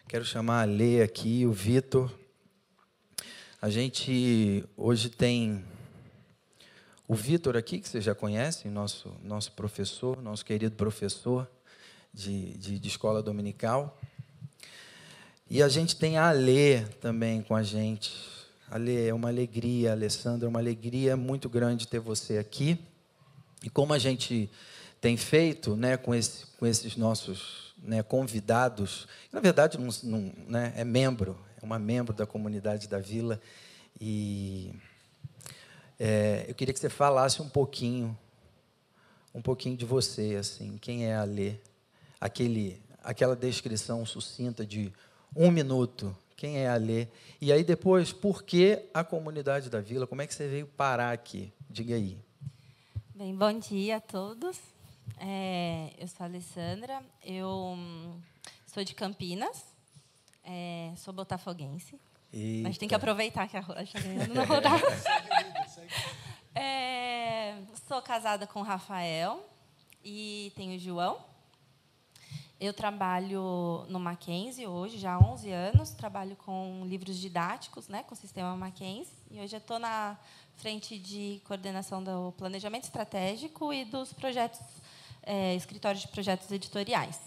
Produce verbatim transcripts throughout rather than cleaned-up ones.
Quero chamar a Lê aqui, o Vitor. A gente hoje tem o Vitor aqui, que vocês já conhecem, nosso, nosso professor, nosso querido professor de, de, de escola dominical. E a gente tem a Lê também com a gente. A Lê, é uma alegria, Alessandra, é uma alegria muito grande ter você aqui. E como a gente tem feito, né, com, esse, com esses nossos, né, convidados, na verdade não, não, né, é membro, é uma membro da comunidade da Vila, e é, eu queria que você falasse um pouquinho, um pouquinho de você, assim, quem é a Lê, aquele, aquela descrição sucinta de um minuto, quem é a Lê, e aí depois, por que a comunidade da Vila, como é que você veio parar aqui? Diga aí. Bem, bom dia a todos. É, eu sou a Alessandra, eu hum, sou de Campinas, é, sou botafoguense. Eita. A gente tem que aproveitar que a Rocha está ganhando na rodada. É, sou casada com o Rafael e tenho o João. Eu trabalho no Mackenzie hoje, já há onze anos. Trabalho com livros didáticos, né, com o sistema Mackenzie. E hoje eu estou na frente de coordenação do planejamento estratégico e dos projetos, é, escritórios de projetos editoriais.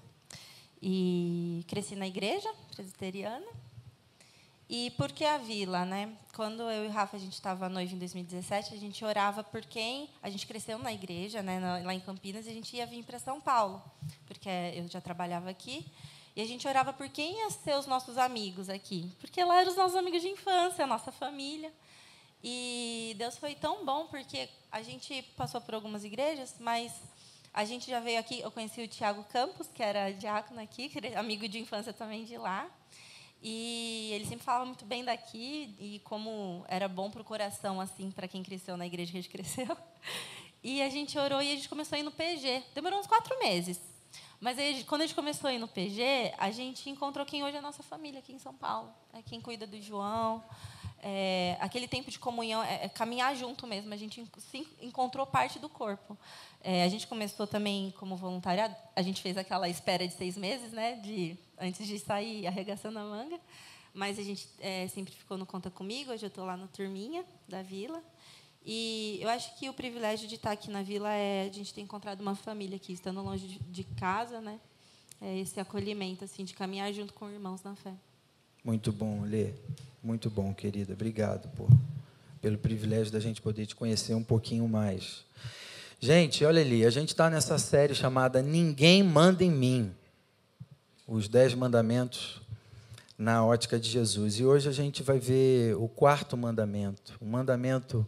E cresci na igreja presbiteriana. E por que a Vila, né? Quando eu e o Rafa a gente estava noivo em dois mil e dezessete, a gente orava por quem... A gente cresceu na igreja, né, lá em Campinas, e a gente ia vir para São Paulo, porque eu já trabalhava aqui. E a gente orava por quem ia ser os nossos amigos aqui, porque lá eram os nossos amigos de infância, a nossa família. E Deus foi tão bom, porque a gente passou por algumas igrejas, mas a gente já veio aqui... Eu conheci o Tiago Campos, que era diácono aqui, que era amigo de infância também de lá. E ele sempre falava muito bem daqui e como era bom para o coração, assim, para quem cresceu na igreja que a gente cresceu. E a gente orou e a gente começou a ir no P G. Demorou uns quatro meses. Mas aí, quando a gente começou a ir no P G, a gente encontrou quem hoje é a nossa família aqui em São Paulo. É quem cuida do João. É, aquele tempo de comunhão, é, é caminhar junto mesmo. A gente se encontrou parte do corpo. É, a gente começou também como voluntariado. A gente fez aquela espera de seis meses, né, de, antes de sair arregaçando a manga. Mas a gente é, sempre ficou no Conta Comigo. Hoje eu estou lá no Turminha da Vila. E eu acho que o privilégio de estar aqui na Vila é a gente ter encontrado uma família aqui, estando longe de, de casa, né? É esse acolhimento, assim, de caminhar junto com irmãos na fé. Muito bom, Lê. Muito bom, querida. Obrigado por, pelo privilégio da gente poder te conhecer um pouquinho mais. Gente, olha ali, a gente está nessa série chamada Ninguém Manda em Mim, os Dez Mandamentos na ótica de Jesus. E hoje a gente vai ver o quarto mandamento, um mandamento,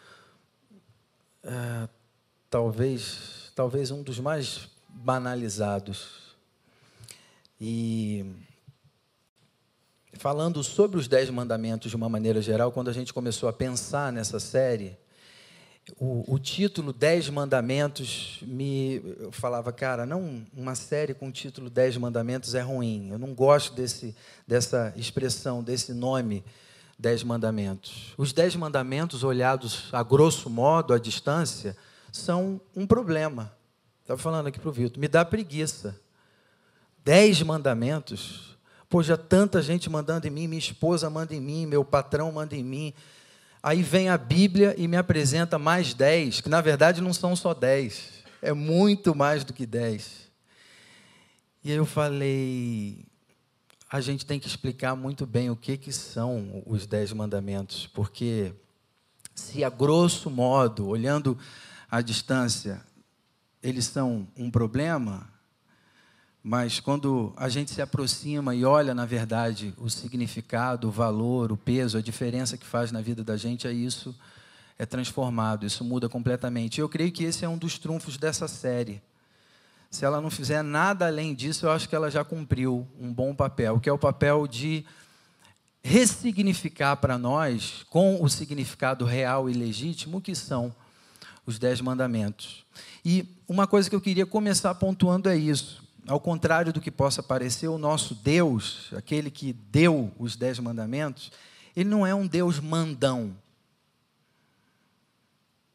é, talvez, talvez um dos mais banalizados. E falando sobre os Dez Mandamentos de uma maneira geral, quando a gente começou a pensar nessa série, O, o título Dez Mandamentos, me, eu falava, cara, não, uma série com o título Dez Mandamentos é ruim. Eu não gosto desse, dessa expressão, desse nome, Dez Mandamentos. Os Dez Mandamentos, olhados a grosso modo, à distância, são um problema. Estava falando aqui para o Vitor, me dá preguiça. Dez Mandamentos, pô, já tanta gente mandando em mim, minha esposa manda em mim, meu patrão manda em mim. Aí vem a Bíblia e me apresenta mais dez, que na verdade não são só dez, é muito mais do que dez. E aí eu falei, a gente tem que explicar muito bem o que, que são os dez mandamentos, porque se a grosso modo, olhando à distância, eles são um problema, mas quando a gente se aproxima e olha, na verdade, o significado, o valor, o peso, a diferença que faz na vida da gente, aí isso é transformado, isso muda completamente. Eu creio que esse é um dos trunfos dessa série. Se ela não fizer nada além disso, eu acho que ela já cumpriu um bom papel, que é o papel de ressignificar para nós, com o significado real e legítimo, o que são os Dez Mandamentos. E uma coisa que eu queria começar pontuando é isso. Ao contrário do que possa parecer, o nosso Deus, aquele que deu os Dez Mandamentos, ele não é um Deus mandão.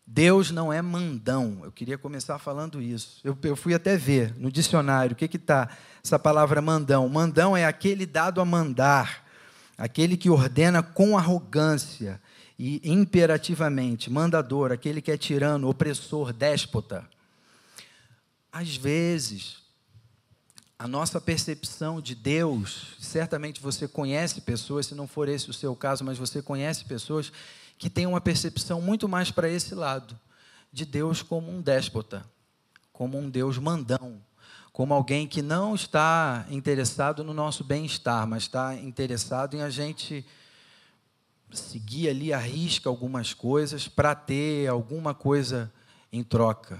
Deus não é mandão. Eu queria começar falando isso. Eu, eu fui até ver no dicionário o que está essa palavra mandão. Mandão é aquele dado a mandar, aquele que ordena com arrogância e imperativamente, mandador, aquele que é tirano, opressor, déspota. Às vezes, a nossa percepção de Deus, certamente você conhece pessoas, se não for esse o seu caso, mas você conhece pessoas que têm uma percepção muito mais para esse lado, de Deus como um déspota, como um Deus mandão, como alguém que não está interessado no nosso bem-estar, mas está interessado em a gente seguir ali à risca algumas coisas para ter alguma coisa em troca.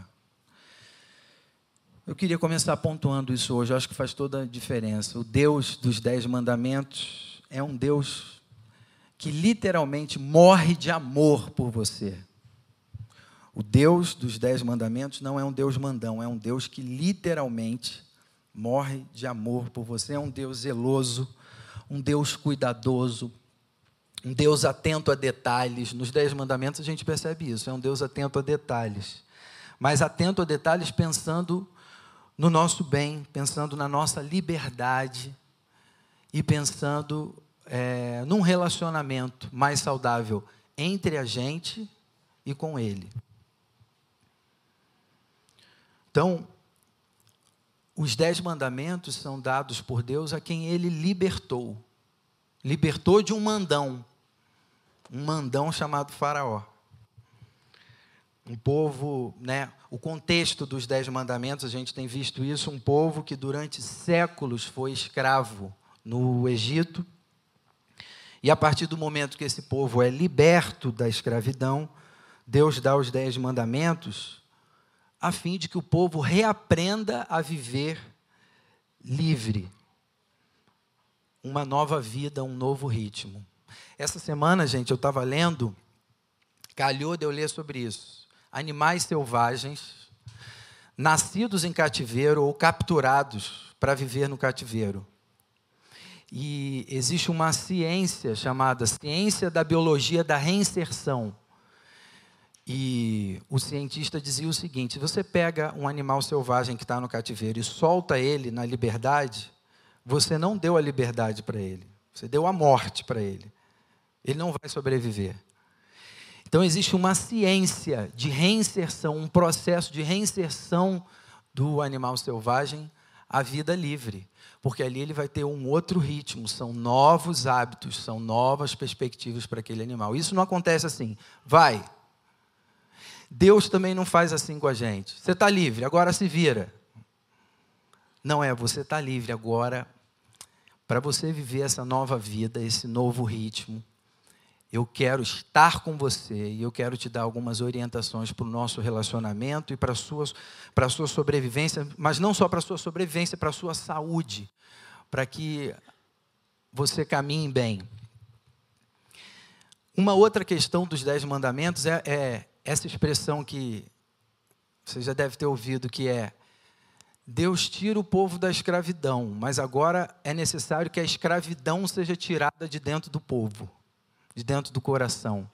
Eu queria começar pontuando isso hoje, eu acho que faz toda a diferença. O Deus dos Dez Mandamentos é um Deus que literalmente morre de amor por você. O Deus dos Dez Mandamentos não é um Deus mandão, é um Deus que literalmente morre de amor por você. É um Deus zeloso, um Deus cuidadoso, um Deus atento a detalhes. Nos Dez Mandamentos a gente percebe isso, é um Deus atento a detalhes. Mas atento a detalhes pensando no nosso bem, pensando na nossa liberdade e pensando é, num relacionamento mais saudável entre a gente e com Ele. Então, os Dez Mandamentos são dados por Deus a quem Ele libertou. Libertou de um mandão, um mandão chamado Faraó. Um povo, né, o contexto dos Dez Mandamentos, a gente tem visto isso, um povo que durante séculos foi escravo no Egito. E a partir do momento que esse povo é liberto da escravidão, Deus dá os Dez Mandamentos a fim de que o povo reaprenda a viver livre. Uma nova vida, um novo ritmo. Essa semana, gente, eu estava lendo, calhou de eu ler sobre isso. Animais selvagens, nascidos em cativeiro ou capturados para viver no cativeiro. E existe uma ciência chamada ciência da biologia da reinserção. E o cientista dizia o seguinte: se você pega um animal selvagem que está no cativeiro e solta ele na liberdade, você não deu a liberdade para ele, você deu a morte para ele. Ele não vai sobreviver. Então, existe uma ciência de reinserção, um processo de reinserção do animal selvagem à vida livre. Porque ali ele vai ter um outro ritmo, são novos hábitos, são novas perspectivas para aquele animal. Isso não acontece assim, vai. Deus também não faz assim com a gente. Você está livre, agora se vira. Não é, você está livre agora, para você viver essa nova vida, esse novo ritmo. Eu quero estar com você e eu quero te dar algumas orientações para o nosso relacionamento e para a sua, para a sua sobrevivência, mas não só para a sua sobrevivência, para a sua saúde, para que você caminhe bem. Uma outra questão dos Dez Mandamentos é, é essa expressão que você já deve ter ouvido, que é: Deus tira o povo da escravidão, mas agora é necessário que a escravidão seja tirada de dentro do povo, de dentro do coração.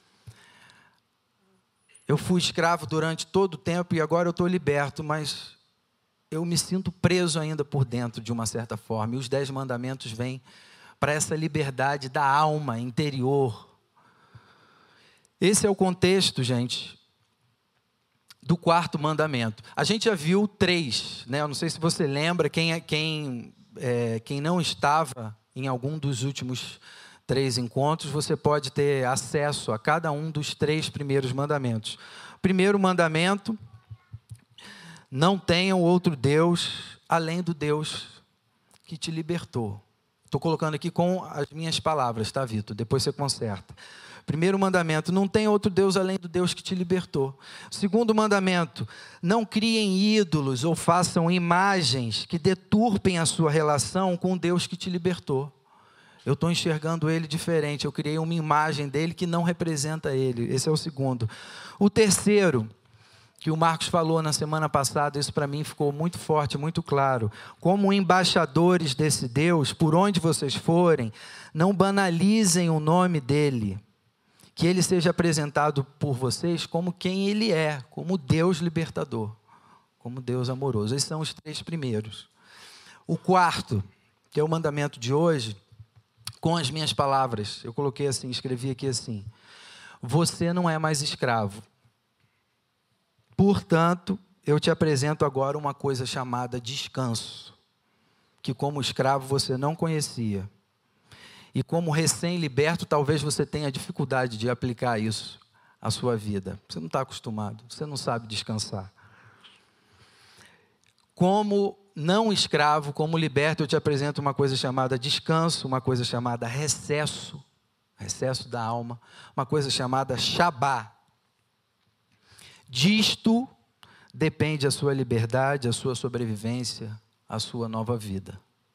Eu fui escravo durante todo o tempo e agora eu estou liberto, mas eu me sinto preso ainda por dentro de uma certa forma. E os Dez Mandamentos vêm para essa liberdade da alma interior. Esse é o contexto, gente, do quarto mandamento. A gente já viu três, né? Eu não sei se você lembra, quem, é, quem, é, quem não estava em algum dos últimos três encontros, você pode ter acesso a cada um dos três primeiros mandamentos. Primeiro mandamento: não tenham outro Deus além do Deus que te libertou. Estou colocando aqui com as minhas palavras, tá, Vitor? Depois você conserta. Primeiro mandamento: não tenha outro Deus além do Deus que te libertou. Segundo mandamento: não criem ídolos ou façam imagens que deturpem a sua relação com o Deus que te libertou. Eu estou enxergando ele diferente, eu criei uma imagem dele que não representa ele. Esse é o segundo. O terceiro, que o Marcos falou na semana passada, isso para mim ficou muito forte, muito claro. Como embaixadores desse Deus, por onde vocês forem, não banalizem o nome dele que ele seja apresentado por vocês como quem ele é, como Deus libertador, como Deus amoroso. Esses são os três primeiros. O quarto, que é o mandamento de hoje, com as minhas palavras, eu coloquei assim, escrevi aqui assim: você não é mais escravo. Portanto, eu te apresento agora uma coisa chamada descanso, que como escravo você não conhecia. E como recém-liberto, talvez você tenha dificuldade de aplicar isso à sua vida. Você não está acostumado, você não sabe descansar. Como não escravo, como liberto, eu te apresento uma coisa chamada descanso, uma coisa chamada recesso, recesso da alma, uma coisa chamada Shabá. Disto depende a sua liberdade, a sua sobrevivência, a sua nova vida.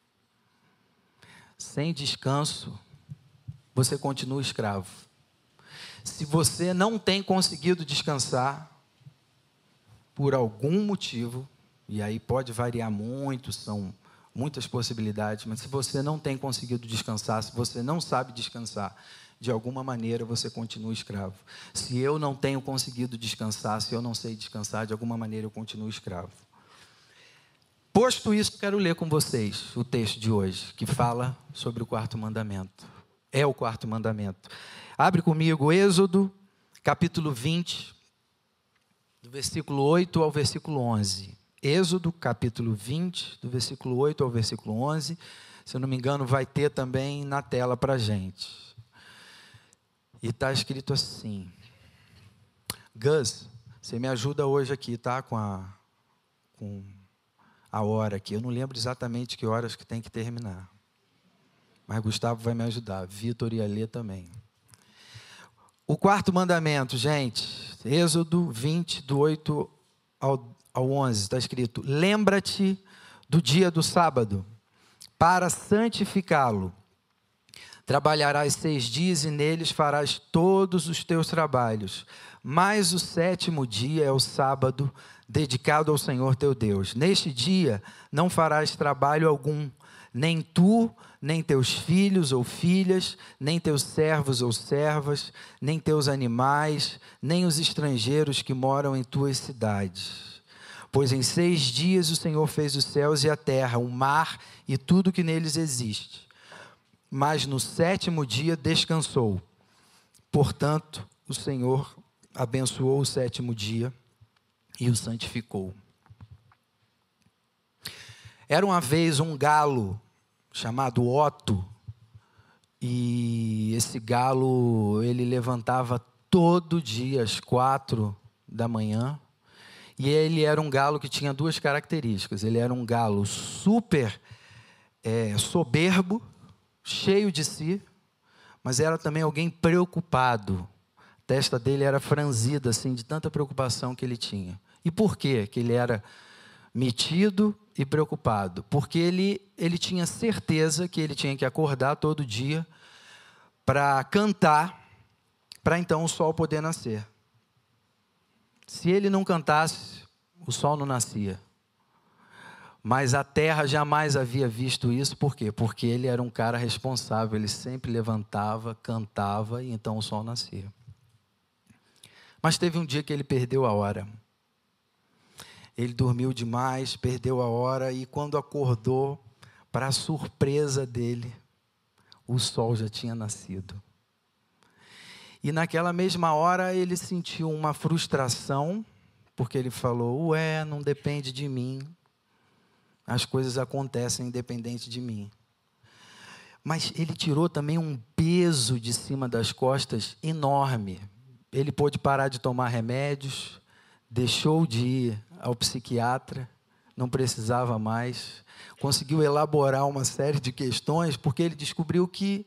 Sem descanso, você continua escravo. Se você não tem conseguido descansar, por algum motivo, e aí pode variar muito, são muitas possibilidades, mas se você não tem conseguido descansar, se você não sabe descansar, de alguma maneira você continua escravo. Se eu não tenho conseguido descansar, se eu não sei descansar, de alguma maneira eu continuo escravo. Posto isso, quero ler com vocês o texto de hoje, que fala sobre o quarto mandamento. É o quarto mandamento. Abre comigo Êxodo, capítulo vinte, do versículo oito ao versículo onze. Êxodo, capítulo vinte, do versículo oito ao versículo onze. Se eu não me engano, vai ter também na tela para a gente. E está escrito assim. Gus, você me ajuda hoje aqui, tá? Com a, com a hora aqui. Eu não lembro exatamente que horas que tem que terminar. Mas Gustavo vai me ajudar. Vitor e Alê também. O quarto mandamento, gente. Êxodo vinte, do oito ao, ao onze. Está escrito: lembra-te do dia do sábado, para santificá-lo. Trabalharás seis dias e neles farás todos os teus trabalhos. Mas o sétimo dia é o sábado, dedicado ao Senhor teu Deus. Neste dia não farás trabalho algum, nem tu, nem teus filhos ou filhas, nem teus servos ou servas, nem teus animais, nem os estrangeiros que moram em tuas cidades. Pois em seis dias o Senhor fez os céus e a terra, o mar e tudo que neles existe. Mas no sétimo dia descansou. Portanto, o Senhor abençoou o sétimo dia e o santificou. Era uma vez um galo chamado Otto, e esse galo, ele levantava todo dia às quatro da manhã, e ele era um galo que tinha duas características. Ele era um galo super é, soberbo, cheio de si, mas era também alguém preocupado. A testa dele era franzida, assim, de tanta preocupação que ele tinha. E por quê que ele era metido e preocupado? Porque ele, ele tinha certeza que ele tinha que acordar todo dia para cantar, para então o sol poder nascer. Se ele não cantasse, o sol não nascia. Mas a terra jamais havia visto isso. Por quê? Porque ele era um cara responsável. Ele sempre levantava, cantava e então o sol nascia. Mas teve um dia que ele perdeu a hora. Ele dormiu demais, perdeu a hora e quando acordou, para a surpresa dele, o sol já tinha nascido. E naquela mesma hora ele sentiu uma frustração, porque ele falou: ué, não depende de mim. As coisas acontecem independente de mim. Mas ele tirou também um peso de cima das costas enorme. Ele pôde parar de tomar remédios, deixou de ir ao psiquiatra, não precisava mais. Conseguiu elaborar uma série de questões, porque ele descobriu que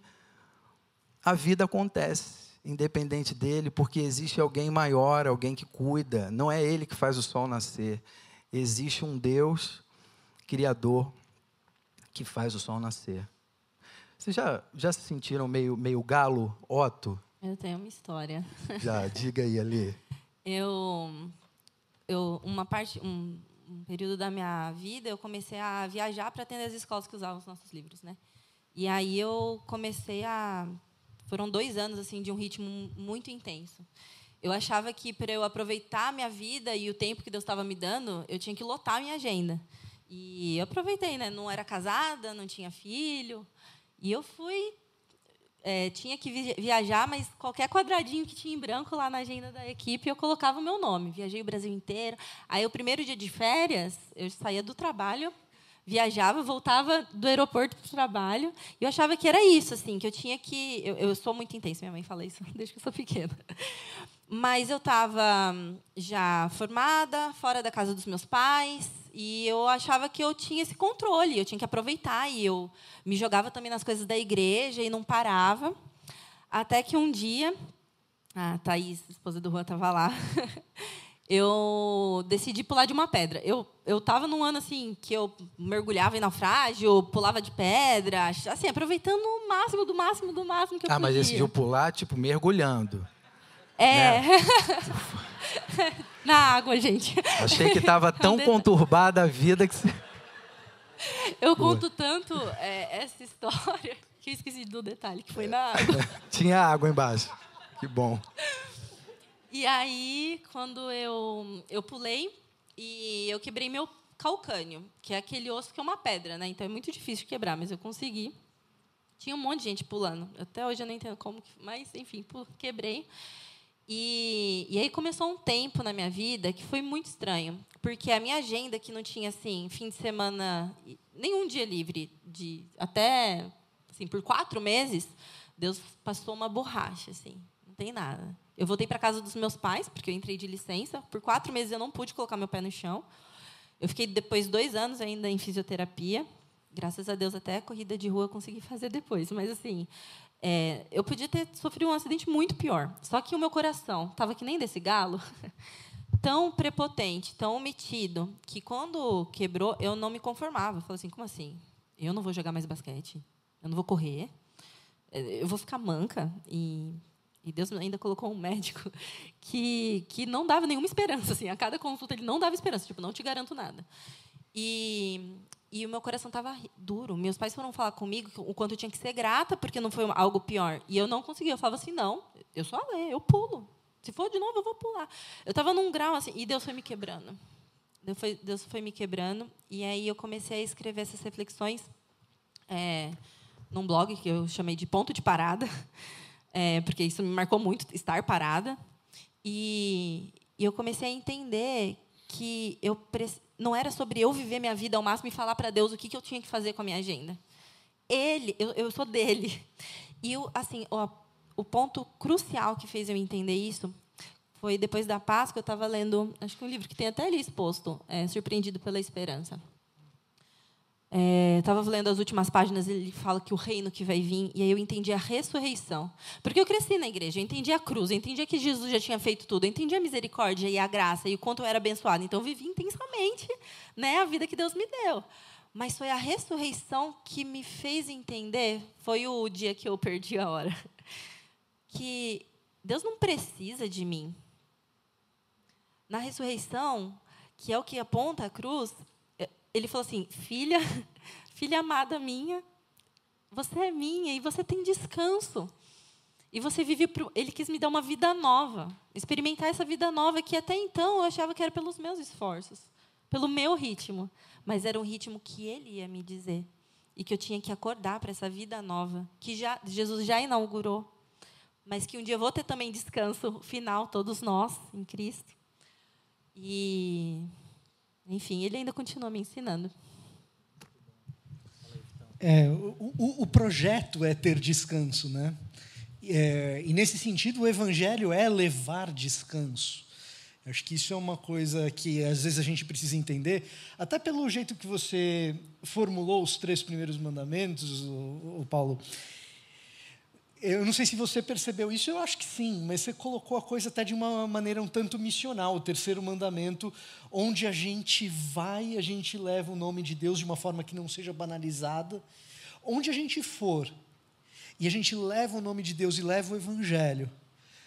a vida acontece independente dele, porque existe alguém maior, alguém que cuida. Não é ele que faz o sol nascer. Existe um Deus Criador que faz o sol nascer. Vocês já, já se sentiram meio, meio galo, Otto? Eu tenho uma história. Já, diga aí, Ali. Eu, eu uma parte, um, um período da minha vida, eu comecei a viajar para atender as escolas que usavam os nossos livros, né? E aí eu comecei a foram dois anos assim de um ritmo muito intenso. Eu achava que, para eu aproveitar a minha vida e o tempo que Deus estava me dando, eu tinha que lotar a minha agenda. E eu aproveitei, né? Não era casada, não tinha filho. E eu fui... É, tinha que viajar, mas qualquer quadradinho que tinha em branco lá na agenda da equipe, eu colocava o meu nome. Viajei o Brasil inteiro. Aí, o primeiro dia de férias, eu saía do trabalho, viajava, voltava do aeroporto para o trabalho. E eu achava que era isso, assim, que eu tinha que... Eu, eu sou muito intensa, minha mãe fala isso desde que eu sou pequena. Mas eu estava já formada, fora da casa dos meus pais, e eu achava que eu tinha esse controle, eu tinha que aproveitar, e eu me jogava também nas coisas da igreja e não parava. Até que um dia, a Thaís, esposa do Juan, estava lá, eu decidi pular de uma pedra. Eu eu estava num ano assim que eu mergulhava em naufrágio, pulava de pedra, assim, aproveitando o máximo, do máximo, do máximo que eu ah, podia. mas decidiu pular, tipo, mergulhando. É. Né? Na água, gente. Achei que estava tão conturbada a vida que... Você... Eu conto tanto é, essa história que eu esqueci do detalhe, que foi na água. Tinha água embaixo. Que bom. E aí, quando eu, eu pulei, e eu quebrei meu calcânio, que é aquele osso que é uma pedra, né? Então, é muito difícil de quebrar, mas eu consegui. Tinha um monte de gente pulando. Até hoje eu não entendo como, mas, enfim, quebrei. E, e aí começou um tempo na minha vida que foi muito estranho, porque a minha agenda, que não tinha assim fim de semana, nenhum dia livre, de até assim por quatro meses, Deus passou uma borracha, assim, não tem nada. Eu voltei para casa dos meus pais, porque eu entrei de licença. Por quatro meses eu não pude colocar meu pé no chão. Eu fiquei depois dois anos ainda em fisioterapia. Graças a Deus até a corrida de rua eu consegui fazer depois, mas assim. É, eu podia ter sofrido um acidente muito pior. Só que o meu coração estava que nem desse galo, tão prepotente, tão metido, que quando quebrou, eu não me conformava. Eu falei assim, como assim? Eu não vou jogar mais basquete? Eu não vou correr? Eu vou ficar manca? E, e Deus ainda colocou um médico que, que não dava nenhuma esperança. Assim, a cada consulta, ele não dava esperança. Tipo, não te garanto nada. E... E o meu coração estava duro. Meus pais foram falar comigo o quanto eu tinha que ser grata, porque não foi algo pior. E eu não conseguia. Eu falava assim, não, eu sou a Lê, eu pulo. Se for de novo, eu vou pular. Eu estava num grau assim, e Deus foi me quebrando. Deus foi, Deus foi me quebrando. E aí eu comecei a escrever essas reflexões é, num blog que eu chamei de Ponto de Parada, é, porque isso me marcou muito, estar parada. E, e eu comecei a entender que eu não era sobre eu viver minha vida ao máximo e falar para Deus o que, que eu tinha que fazer com a minha agenda. Ele, eu, eu sou dele. E eu, assim, o, o ponto crucial que fez eu entender isso foi depois da Páscoa. Eu estava lendo, acho que um livro que tem até ali exposto, é, Surpreendido pela Esperança. Estava é, lendo as últimas páginas, ele fala que o reino que vai vir, e aí eu entendi a ressurreição. Porque eu cresci na igreja, eu entendi a cruz, eu entendi que Jesus já tinha feito tudo, eu entendi a misericórdia e a graça, e o quanto eu era abençoada. Então, eu vivi intensamente, né, a vida que Deus me deu. Mas foi a ressurreição que me fez entender, foi o dia que eu perdi a hora, que Deus não precisa de mim. Na ressurreição, que é o que aponta a cruz, ele falou assim, filha, filha amada minha, você é minha e você tem descanso. E você vive pro... Ele quis me dar uma vida nova, experimentar essa vida nova que até então eu achava que era pelos meus esforços, pelo meu ritmo, mas era um ritmo que ele ia me dizer e que eu tinha que acordar para essa vida nova que já Jesus já inaugurou, mas que um dia eu vou ter também descanso final, todos nós em Cristo. E enfim, ele ainda continua me ensinando. É, o, o, o projeto é ter descanso, né? É, e, nesse sentido, o Evangelho é levar descanso. Acho que isso é uma coisa que, às vezes, a gente precisa entender, até pelo jeito que você formulou os três primeiros mandamentos, o, o Paulo. Eu não sei se você percebeu isso, eu acho que sim, mas você colocou a coisa até de uma maneira um tanto missional, o terceiro mandamento, onde a gente vai, a gente leva o nome de Deus de uma forma que não seja banalizada. Onde a gente for, e a gente leva o nome de Deus e leva o Evangelho,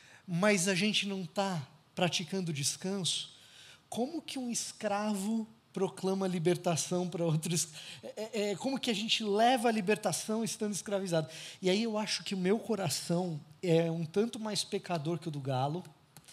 mas a gente não está praticando descanso, como que um escravo proclama libertação para outros. É, é, como que a gente leva a libertação estando escravizado? E aí eu acho que o meu coração é um tanto mais pecador que o do galo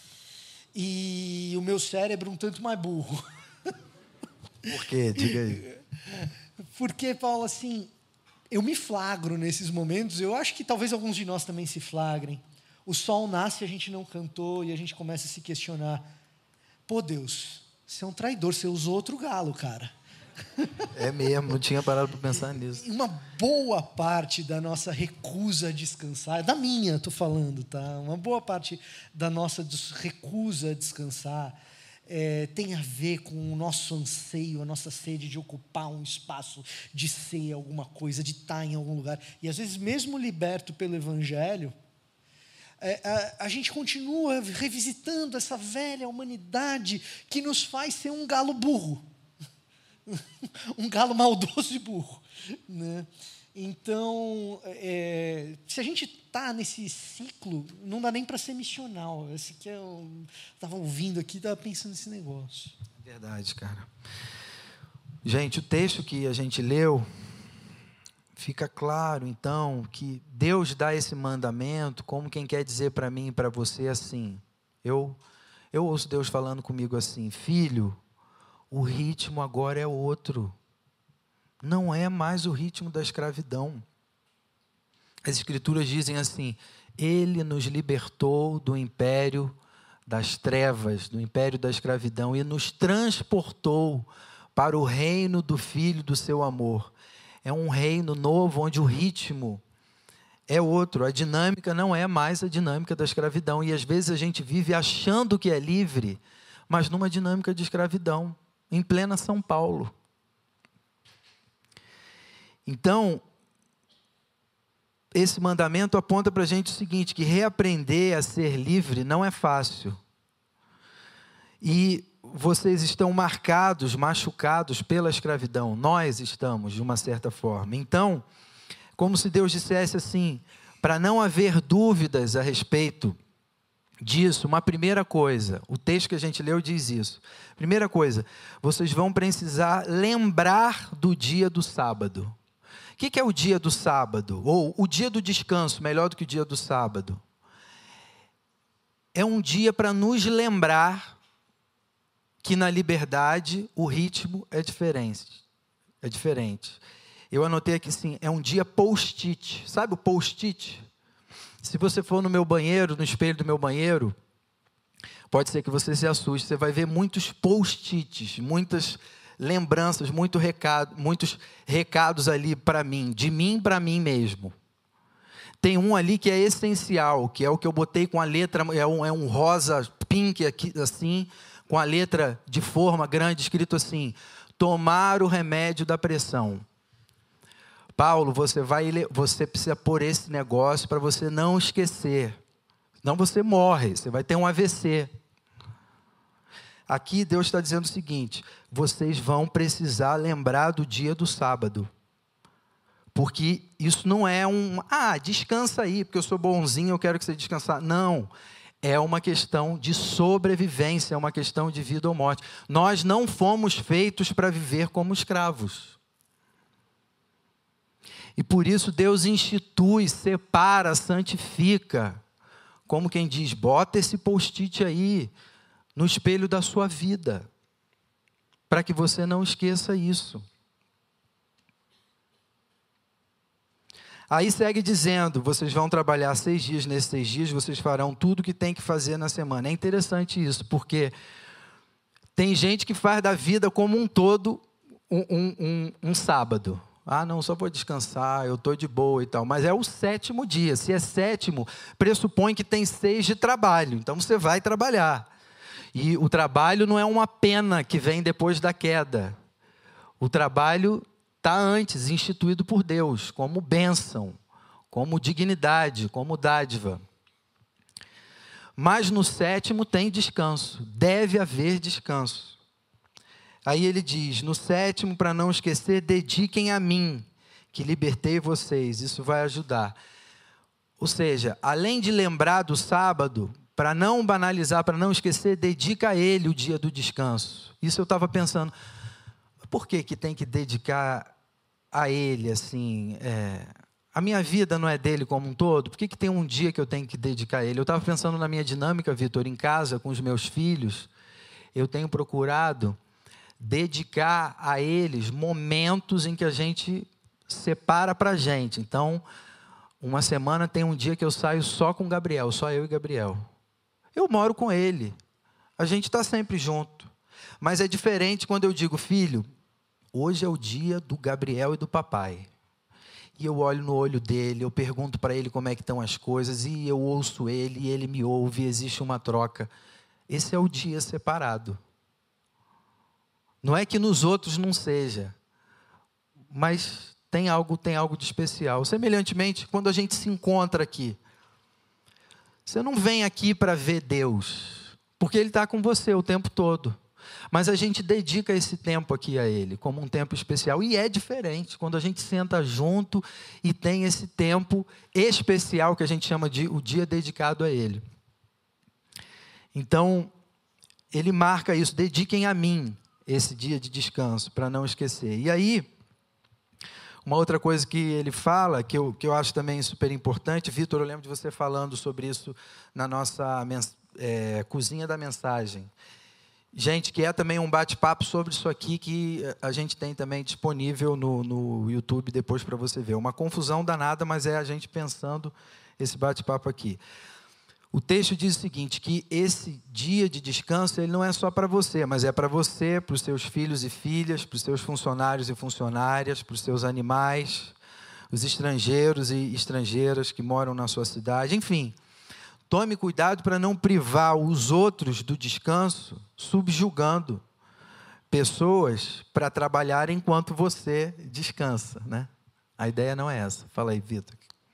e o meu cérebro um tanto mais burro. Por quê? Diga aí. Porque, Paulo, assim, eu me flagro nesses momentos, eu acho que talvez alguns de nós também se flagrem. O sol nasce e a gente não cantou e a gente começa a se questionar. Pô, Deus, você é um traidor, você usou outro galo, cara. É mesmo, não tinha parado para pensar nisso. Uma boa parte da nossa recusa a descansar, da minha, estou falando, tá? Uma boa parte da nossa recusa a descansar é, tem a ver com o nosso anseio, a nossa sede de ocupar um espaço, de ser alguma coisa, de estar em algum lugar. E às vezes, mesmo liberto pelo Evangelho, É, a, a gente continua revisitando essa velha humanidade que nos faz ser um galo burro. Um galo maldoso e burro. Né? Então, é, se a gente está nesse ciclo, não dá nem para ser missional. Esse que eu estava ouvindo aqui, estava pensando nesse negócio. Verdade, cara. Gente, o texto que a gente leu, fica claro, então, que Deus dá esse mandamento como quem quer dizer para mim e para você assim. Eu, eu ouço Deus falando comigo assim: filho, o ritmo agora é outro. Não é mais o ritmo da escravidão. As Escrituras dizem assim: Ele nos libertou do império das trevas, do império da escravidão, e nos transportou para o reino do Filho do seu amor. É um reino novo, onde o ritmo é outro. A dinâmica não é mais a dinâmica da escravidão. E às vezes a gente vive achando que é livre, mas numa dinâmica de escravidão, em plena São Paulo. Então, esse mandamento aponta para a gente o seguinte, que reaprender a ser livre não é fácil. E vocês estão marcados, machucados pela escravidão. Nós estamos, de uma certa forma. Então, como se Deus dissesse assim, para não haver dúvidas a respeito disso, uma primeira coisa, o texto que a gente leu diz isso. Primeira coisa, vocês vão precisar lembrar do dia do sábado. O que é o dia do sábado? Ou o dia do descanso, melhor do que o dia do sábado. É um dia para nos lembrar que na liberdade o ritmo é diferente. É diferente. Eu anotei aqui assim, é um dia post-it. Sabe o post-it? Se você for no meu banheiro, no espelho do meu banheiro, pode ser que você se assuste. Você vai ver muitos post-its, muitas lembranças, muito recado, muitos recados ali para mim, de mim para mim mesmo. Tem um ali que é essencial, que é o que eu botei com a letra, é um, é um rosa pink aqui, assim, com a letra de forma grande, escrito assim, tomar o remédio da pressão. Paulo, você, vai, você precisa pôr esse negócio para você não esquecer. Senão você morre, você vai ter um A V C. Aqui Deus está dizendo o seguinte, vocês vão precisar lembrar do dia do sábado. Porque isso não é um, ah, descansa aí, porque eu sou bonzinho, eu quero que você descanse. Não. É uma questão de sobrevivência, é uma questão de vida ou morte. Nós não fomos feitos para viver como escravos. E por isso Deus institui, separa, santifica. Como quem diz, bota esse post-it aí no espelho da sua vida, para que você não esqueça isso. Aí segue dizendo, vocês vão trabalhar seis dias, nesses seis dias vocês farão tudo o que tem que fazer na semana. É interessante isso, porque tem gente que faz da vida como um todo um, um, um, um sábado. Ah, não, só vou descansar, eu estou de boa e tal. Mas é o sétimo dia. Se é sétimo, pressupõe que tem seis de trabalho. Então você vai trabalhar. E o trabalho não é uma pena que vem depois da queda. O trabalho está antes, instituído por Deus, como bênção, como dignidade, como dádiva. Mas no sétimo tem descanso, deve haver descanso. Aí ele diz, no sétimo, para não esquecer, dediquem a mim, que libertei vocês, isso vai ajudar. Ou seja, além de lembrar do sábado, para não banalizar, para não esquecer, dedica a ele o dia do descanso. Isso eu estava pensando, Por que que tem que dedicar a Ele, assim? É, a minha vida não é dele como um todo? Por que que tem um dia que eu tenho que dedicar a Ele? Eu estava pensando na minha dinâmica, Vitor, em casa, com os meus filhos. Eu tenho procurado dedicar a eles momentos em que a gente separa para a gente. Então, uma semana tem um dia que eu saio só com o Gabriel, só eu e Gabriel. Eu moro com ele. A gente está sempre junto. Mas é diferente quando eu digo, filho, hoje é o dia do Gabriel e do papai. E eu olho no olho dele, eu pergunto para ele como é que estão as coisas, e eu ouço ele, e ele me ouve, e existe uma troca. Esse é o dia separado. Não é que nos outros não seja, mas tem algo, tem algo de especial. Semelhantemente, quando a gente se encontra aqui, você não vem aqui para ver Deus, porque Ele está com você o tempo todo. Mas a gente dedica esse tempo aqui a Ele, como um tempo especial. E é diferente quando a gente senta junto e tem esse tempo especial que a gente chama de o dia dedicado a Ele. Então, Ele marca isso, dediquem a mim esse dia de descanso, para não esquecer. E aí, uma outra coisa que ele fala, que eu, que eu acho também super importante, Vitor, eu lembro de você falando sobre isso na nossa é, cozinha da mensagem. Gente, que é também um bate-papo sobre isso aqui, que a gente tem também disponível no, no YouTube depois para você ver. Uma confusão danada, mas é a gente pensando esse bate-papo aqui. O texto diz o seguinte, que esse dia de descanso ele não é só para você, mas é para você, para os seus filhos e filhas, para os seus funcionários e funcionárias, para os seus animais, os estrangeiros e estrangeiras que moram na sua cidade. Enfim, tome cuidado para não privar os outros do descanso, subjugando pessoas para trabalhar enquanto você descansa, né? A ideia não é essa. Fala aí, Vitor.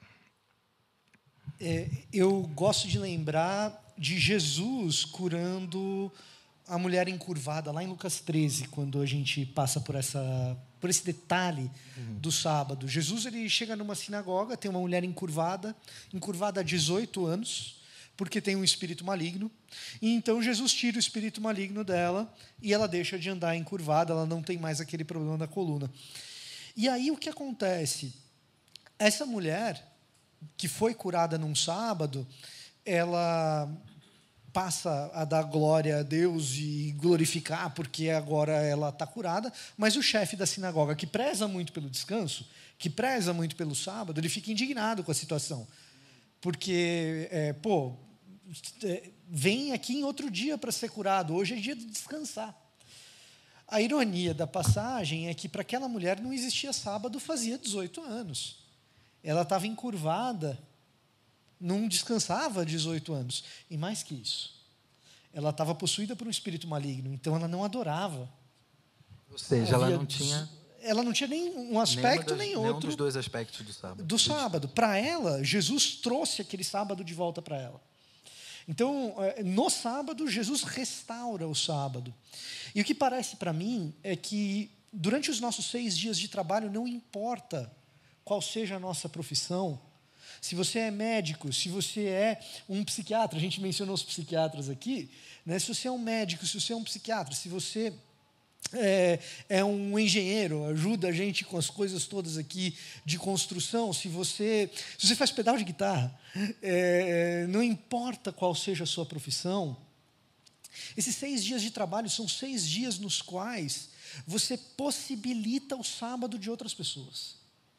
É, eu gosto de lembrar de Jesus curando a mulher encurvada, lá em Lucas treze, quando a gente passa por, essa, por esse detalhe uhum. do sábado. Jesus ele chega numa sinagoga, tem uma mulher encurvada, encurvada há dezoito anos, porque tem um espírito maligno. E então Jesus tira o espírito maligno dela e ela deixa de andar encurvada, ela não tem mais aquele problema da coluna. E aí o que acontece? Essa mulher que foi curada num sábado, ela passa a dar glória a Deus e glorificar, porque agora ela está curada, mas o chefe da sinagoga, que preza muito pelo descanso, que preza muito pelo sábado, ele fica indignado com a situação. Porque, é, pô, vem aqui em outro dia para ser curado, hoje é dia de descansar. A ironia da passagem é que para aquela mulher não existia sábado fazia dezoito anos. Ela estava encurvada, não descansava há dezoito anos. E mais que isso, ela estava possuída por um espírito maligno, então ela não adorava. Ou seja, ela não tinha... Ela não tinha nem um aspecto, nem outro. Nenhum dos dois aspectos do sábado. Do sábado. Para ela, Jesus trouxe aquele sábado de volta para ela. Então, no sábado, Jesus restaura o sábado. E o que parece para mim é que, durante os nossos seis dias de trabalho, não importa qual seja a nossa profissão, se você é médico, se você é um psiquiatra, a gente mencionou os psiquiatras aqui, né? Se você é um médico, se você é um psiquiatra, se você é, é um engenheiro, ajuda a gente com as coisas todas aqui de construção, se você, se você faz pedal de guitarra, é, não importa qual seja a sua profissão, esses seis dias de trabalho são seis dias nos quais você possibilita o sábado de outras pessoas.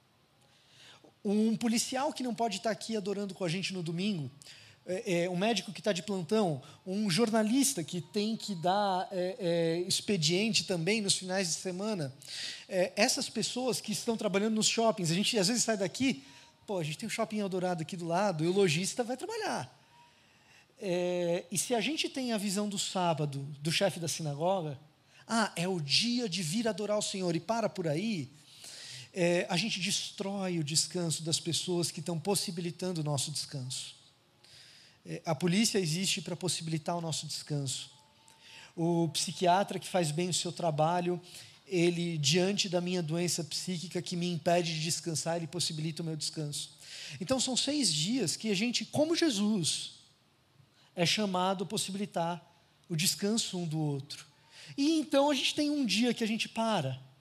Um policial que não pode estar aqui adorando com a gente no domingo, é, é, um médico que está de plantão, um jornalista que tem que dar é, é, expediente também nos finais de semana. É, essas pessoas que estão trabalhando nos shoppings, a gente às vezes sai daqui, pô, a gente tem um shopping Eldorado aqui do lado, e o lojista vai trabalhar. É, e se a gente tem a visão do sábado do chefe da sinagoga, ah, é o dia de vir adorar o Senhor, e para por aí, É, a gente destrói o descanso das pessoas que estão possibilitando o nosso descanso. É, a polícia existe para possibilitar o nosso descanso. O psiquiatra que faz bem o seu trabalho, ele, diante da minha doença psíquica que me impede de descansar, ele possibilita o meu descanso. Então, são seis dias que a gente, como Jesus, é chamado a possibilitar o descanso um do outro. E então a gente tem um dia que a gente para.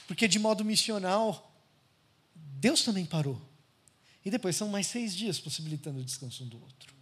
Porque de modo missional, Deus também parou. E depois são mais seis dias possibilitando o descanso um do outro.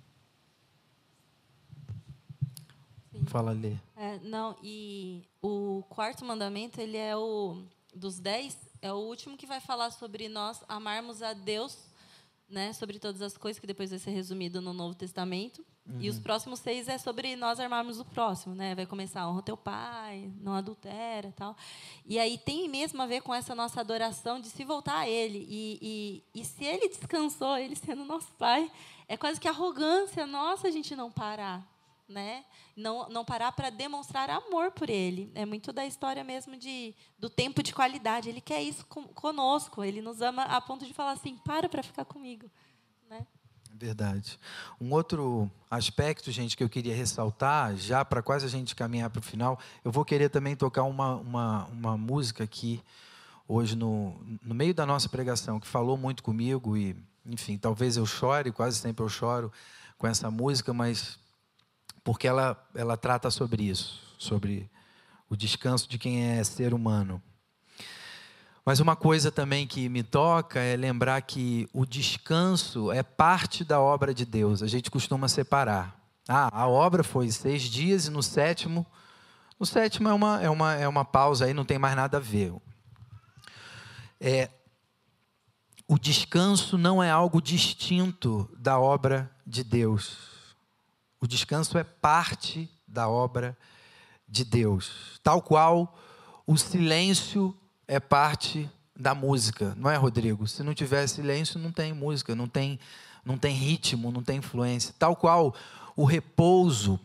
Sim. Fala, Lê. É, não, e o quarto mandamento, ele é o dos dez, é o último que vai falar sobre nós amarmos a Deus, né, sobre todas as coisas, que depois vai ser resumido no Novo Testamento. Uhum. E os próximos seis é sobre nós amarmos o próximo, né? Vai começar, honra teu pai, não adultera, tal. E aí tem mesmo a ver com essa nossa adoração de se voltar a Ele. E, e, e se Ele descansou, Ele sendo nosso pai, é quase que arrogância nossa a gente não parar, né? Não, não parar para demonstrar amor por Ele. É muito da história mesmo de, do tempo de qualidade. Ele quer isso com, conosco. Ele nos ama a ponto de falar assim, para para ficar comigo, né? Verdade. Um outro aspecto, gente, que eu queria ressaltar, já para quase a gente caminhar para o final, eu vou querer também tocar uma, uma, uma música aqui, hoje, no, no meio da nossa pregação, que falou muito comigo e, enfim, talvez eu chore, quase sempre eu choro com essa música, mas porque ela, ela trata sobre isso, sobre o descanso de quem é ser humano. Mas uma coisa também que me toca é lembrar que o descanso é parte da obra de Deus. A gente costuma separar. Ah, a obra foi seis dias e no sétimo... No sétimo é uma, é uma, é uma pausa aí, não tem mais nada a ver. É, o descanso não é algo distinto da obra de Deus. O descanso é parte da obra de Deus. Tal qual o silêncio é parte da música, não é, Rodrigo? Se não tiver silêncio, não tem música, não tem, não tem ritmo, não tem influência. Tal qual o repouso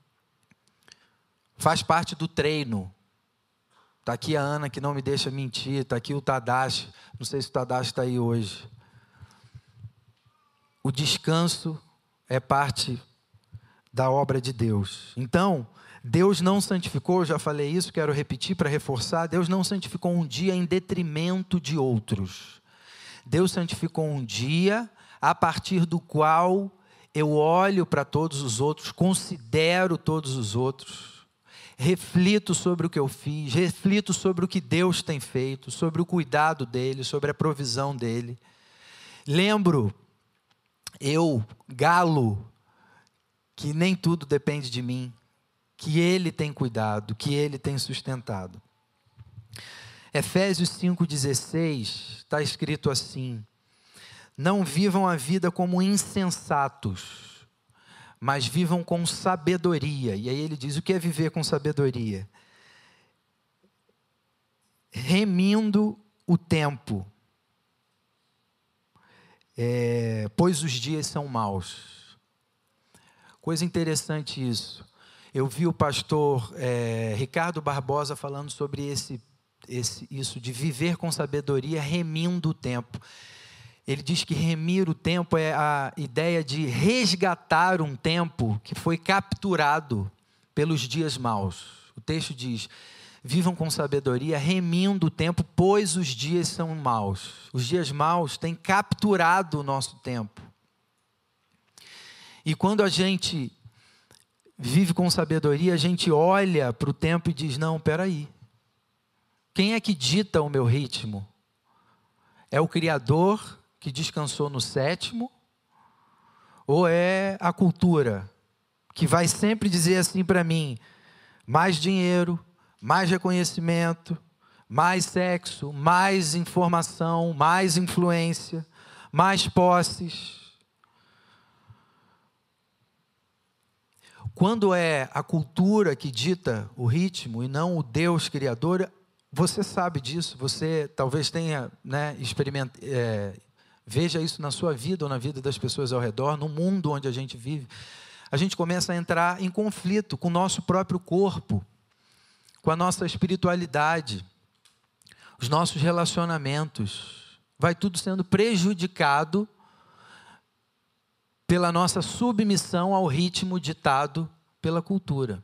faz parte do treino. Está aqui a Ana, que não me deixa mentir, está aqui o Tadashi, não sei se o Tadashi está aí hoje. O descanso é parte da obra de Deus. Então, Deus não santificou, eu já falei isso, quero repetir para reforçar, Deus não santificou um dia em detrimento de outros. Deus santificou um dia a partir do qual eu olho para todos os outros, considero todos os outros, reflito sobre o que eu fiz, reflito sobre o que Deus tem feito, sobre o cuidado dele, sobre a provisão dele. Lembro, eu, galo, que nem tudo depende de mim, que Ele tem cuidado, que Ele tem sustentado. Efésios cinco dezesseis está escrito assim: não vivam a vida como insensatos, mas vivam com sabedoria. E aí ele diz, o que é viver com sabedoria? Remindo o tempo, é, pois os dias são maus. Coisa interessante isso. Eu vi o pastor é, Ricardo Barbosa falando sobre esse, esse, isso de viver com sabedoria, remindo o tempo. Ele diz que remir o tempo é a ideia de resgatar um tempo que foi capturado pelos dias maus. O texto diz, vivam com sabedoria, remindo o tempo, pois os dias são maus. Os dias maus têm capturado o nosso tempo. E quando a gente vive com sabedoria, a gente olha para o tempo e diz, não, espera aí. Quem é que dita o meu ritmo? É o Criador que descansou no sétimo? Ou é a cultura que vai sempre dizer assim para mim, mais dinheiro, mais reconhecimento, mais sexo, mais informação, mais influência, mais posses? Quando é a cultura que dita o ritmo e não o Deus Criador, você sabe disso, você talvez tenha, né, experiment, é, veja isso na sua vida ou na vida das pessoas ao redor, no mundo onde a gente vive. A gente começa a entrar em conflito com o nosso próprio corpo, com a nossa espiritualidade, os nossos relacionamentos. Vai tudo sendo prejudicado pela nossa submissão ao ritmo ditado pela cultura.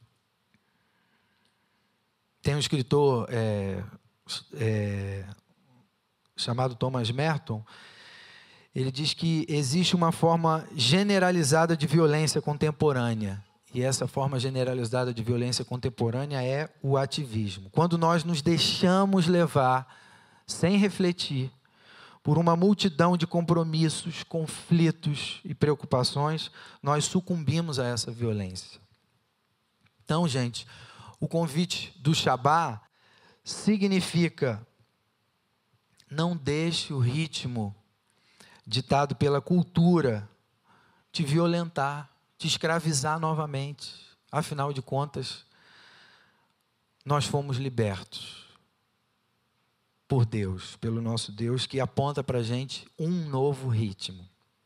Tem um escritor é, é, chamado Thomas Merton, ele diz que existe uma forma generalizada de violência contemporânea, e essa forma generalizada de violência contemporânea é o ativismo. Quando nós nos deixamos levar, sem refletir, por uma multidão de compromissos, conflitos e preocupações, nós sucumbimos a essa violência. Então, gente, o convite do Shabá significa: não deixe o ritmo ditado pela cultura te violentar, te escravizar novamente. Afinal de contas, nós fomos libertos por Deus, pelo nosso Deus, que aponta para a gente um novo ritmo.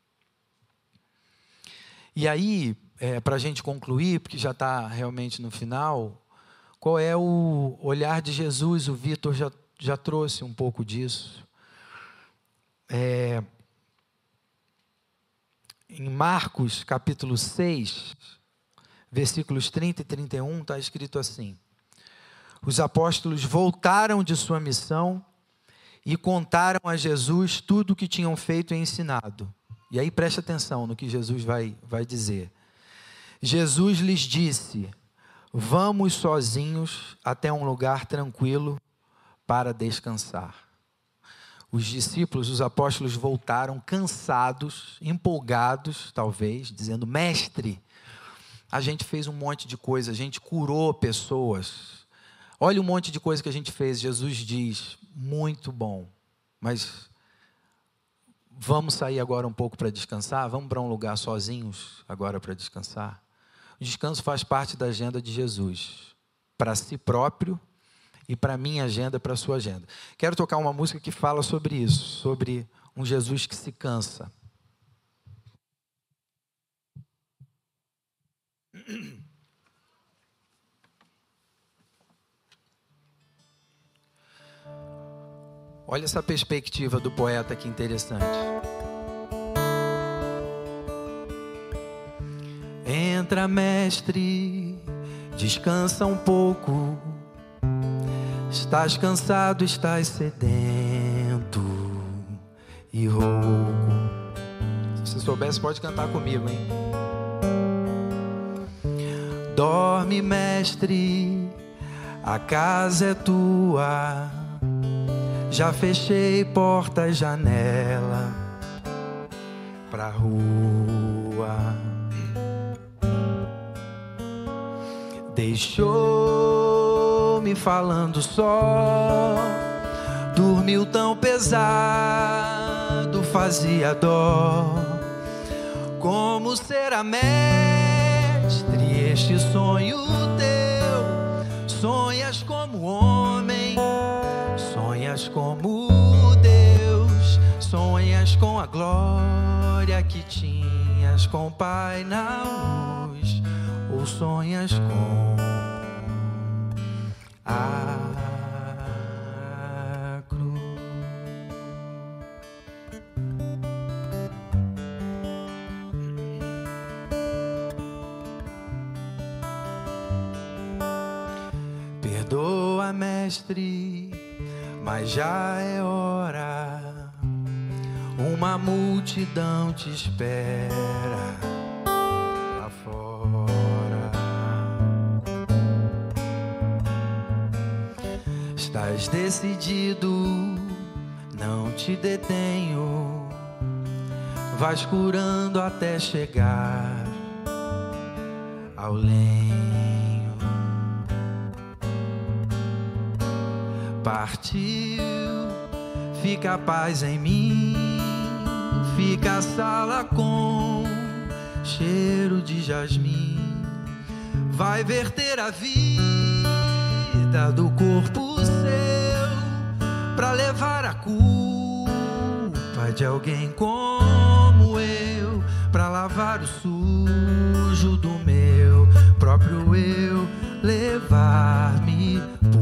E aí, é, para a gente concluir, porque já está realmente no final, qual é o olhar de Jesus? O Vitor já, já trouxe um pouco disso. É, em Marcos, capítulo seis, versículos trinta e trinta e um, está escrito assim: os apóstolos voltaram de sua missão e contaram a Jesus tudo o que tinham feito e ensinado. E aí preste atenção no que Jesus vai, vai dizer. Jesus lhes disse: vamos sozinhos até um lugar tranquilo para descansar. Os discípulos, os apóstolos voltaram cansados, empolgados, talvez, dizendo: mestre, a gente fez um monte de coisa, a gente curou pessoas. Olha um monte de coisa que a gente fez. Jesus diz: muito bom, mas vamos sair agora um pouco para descansar? Vamos para um lugar sozinhos agora para descansar? O descanso faz parte da agenda de Jesus, para si próprio e para a minha agenda, para a sua agenda. Quero tocar uma música que fala sobre isso, sobre um Jesus que se cansa. Olha essa perspectiva do poeta que interessante. Entra, mestre, descansa um pouco. Estás cansado, estás sedento e rouco. Se você soubesse, pode cantar comigo, hein? Dorme, mestre, a casa é tua. Já fechei porta e janela pra rua. Deixou-me falando só. Dormiu tão pesado, fazia dó. Como será, mestre, este sonho teu? Sonhas como homem, sonhas como Deus, sonhas com a glória que tinhas com o Pai na luz, ou sonhas com a cruz. Perdoa, mestre, mas já é hora. Uma multidão te espera lá fora. Estás decidido, não te detenho. Vais curando até chegar ao lenho. Partiu, fica a paz em mim, fica a sala com cheiro de jasmim. Vai verter a vida do corpo seu pra levar a culpa de alguém como eu, pra lavar o sujo do meu próprio eu, levar-me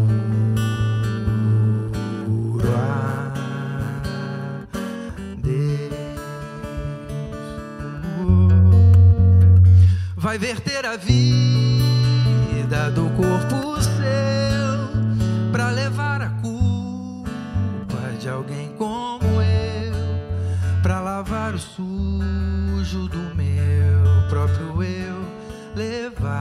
vai verter a vida do corpo seu pra levar a culpa de alguém como eu, pra lavar o sujo do meu próprio eu, levar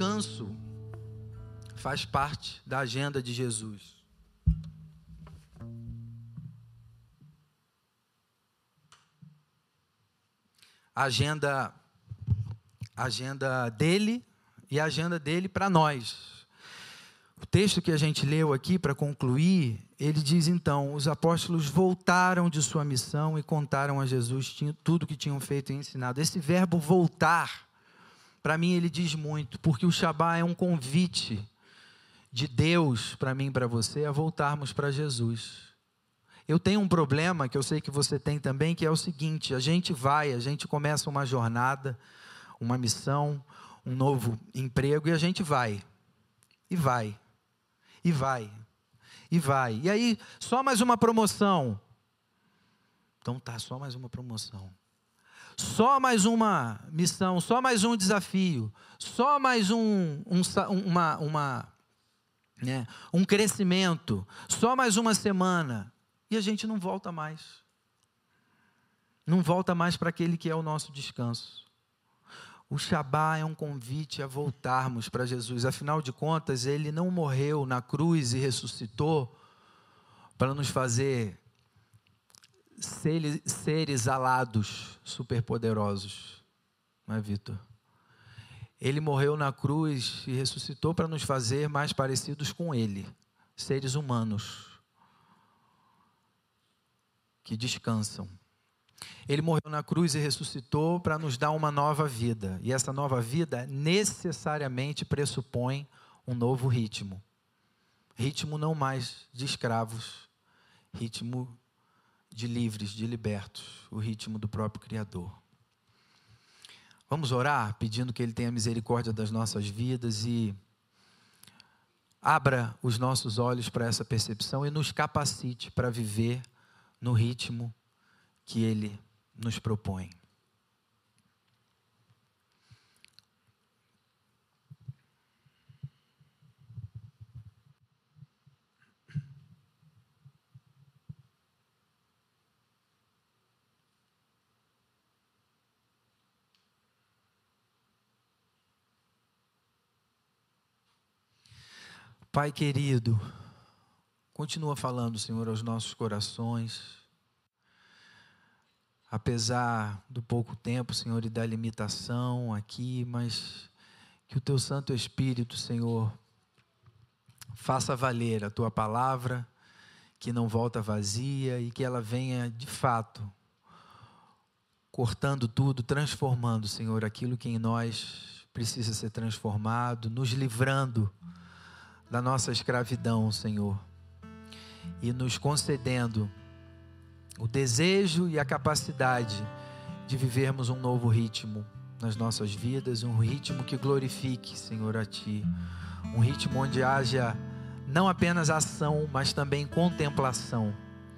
descanso faz parte da agenda de Jesus. A agenda, a agenda dele e a agenda dele para nós. O texto que a gente leu aqui, para concluir, ele diz então: os apóstolos voltaram de sua missão e contaram a Jesus tudo o que tinham feito e ensinado. Esse verbo voltar, para mim ele diz muito, porque o Shabá é um convite de Deus para mim e para você a voltarmos para Jesus. Eu tenho um problema, que eu sei que você tem também, que é o seguinte: a gente vai, a gente começa uma jornada, uma missão, um novo emprego, e a gente vai, e vai, e vai, e vai. E aí, só mais uma promoção. Então tá, só mais uma promoção. Só mais uma missão, só mais um desafio, só mais um, um, uma, uma, né, um crescimento, só mais uma semana. E a gente não volta mais. Não volta mais para aquele que é o nosso descanso. O Shabá é um convite a voltarmos para Jesus. Afinal de contas, ele não morreu na cruz e ressuscitou para nos fazer seres, seres alados, superpoderosos. Não é, Vitor? Ele morreu na cruz e ressuscitou para nos fazer mais parecidos com ele, seres humanos que descansam. Ele morreu na cruz e ressuscitou para nos dar uma nova vida. E essa nova vida necessariamente pressupõe um novo ritmo. Ritmo não mais de escravos, ritmo de livres, de libertos, o ritmo do próprio Criador. Vamos orar pedindo que Ele tenha misericórdia das nossas vidas e abra os nossos olhos para essa percepção e nos capacite para viver no ritmo que Ele nos propõe. Pai querido, continua falando, Senhor, aos nossos corações. Apesar do pouco tempo, Senhor, e da limitação aqui, mas que o Teu Santo Espírito, Senhor, faça valer a Tua palavra, que não volta vazia e que ela venha, de fato, cortando tudo, transformando, Senhor, aquilo que em nós precisa ser transformado, nos livrando da nossa escravidão, Senhor, e nos concedendo o desejo e a capacidade de vivermos um novo ritmo nas nossas vidas, um ritmo que glorifique, Senhor, a Ti, um ritmo onde haja não apenas ação, mas também contemplação.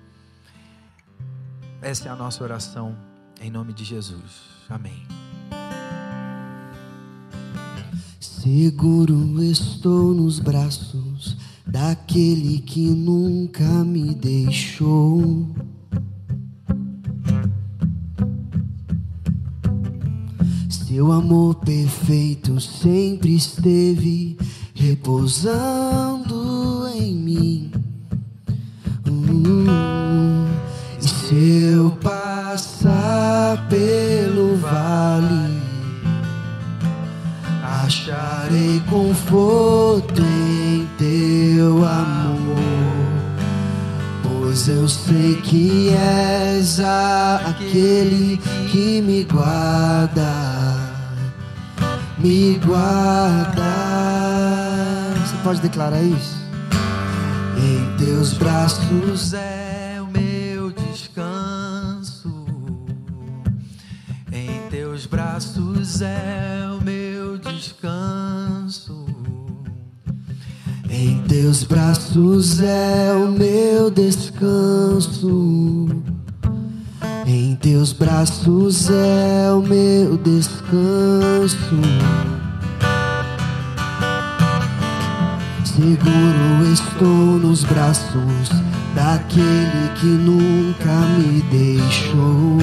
Essa é a nossa oração, em nome de Jesus. Amém. Seguro estou nos braços daquele que nunca me deixou. Seu amor perfeito sempre esteve repousando em mim. Hum, e se eu passar pelo vale, acharei conforto em Teu amor, pois eu sei que és aquele que me guarda. Me guarda. Você pode declarar isso? Em Teus braços é o meu descanso. Em Teus braços é o meu descanso. Em Teus braços é o meu descanso. Em Teus braços é o meu descanso. Seguro estou nos braços daquele que nunca me deixou.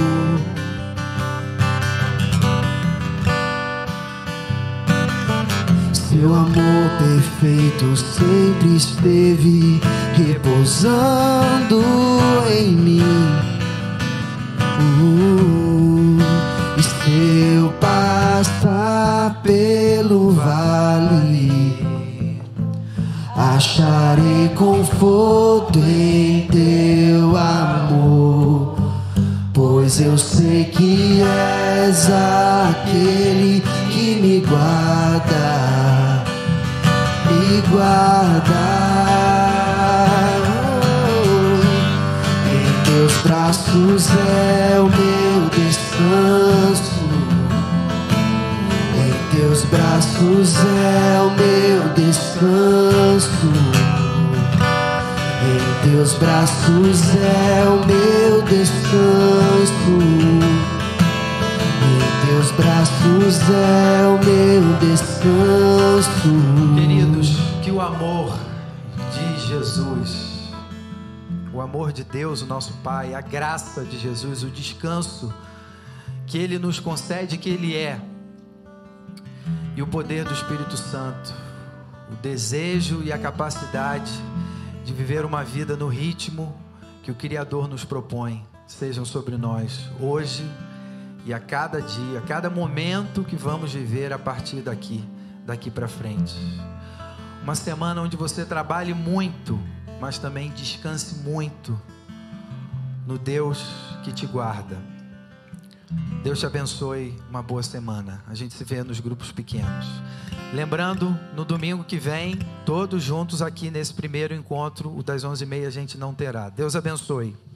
Teu amor perfeito sempre esteve repousando em mim. Uh, e se eu passar pelo vale, acharei conforto em teu amor, pois eu sei que és aquele que me guarda, me guarda. Em teus braços é o meu descanso, em teus braços é o meu descanso, em teus braços é o meu descanso, em teus braços é o meu descanso. Queridos, que o amor de Jesus, o amor de Deus, o nosso Pai, a graça de Jesus, o descanso que Ele nos concede, que Ele é, e o poder do Espírito Santo, o desejo e a capacidade de viver uma vida no ritmo que o Criador nos propõe, sejam sobre nós hoje e a cada dia, a cada momento que vamos viver a partir daqui, daqui para frente. Uma semana onde você trabalhe muito, mas também descanse muito no Deus que te guarda. Deus te abençoe, uma boa semana. A gente se vê nos grupos pequenos. Lembrando, no domingo que vem, todos juntos aqui nesse primeiro encontro, o das onze e meia a gente não terá. Deus abençoe.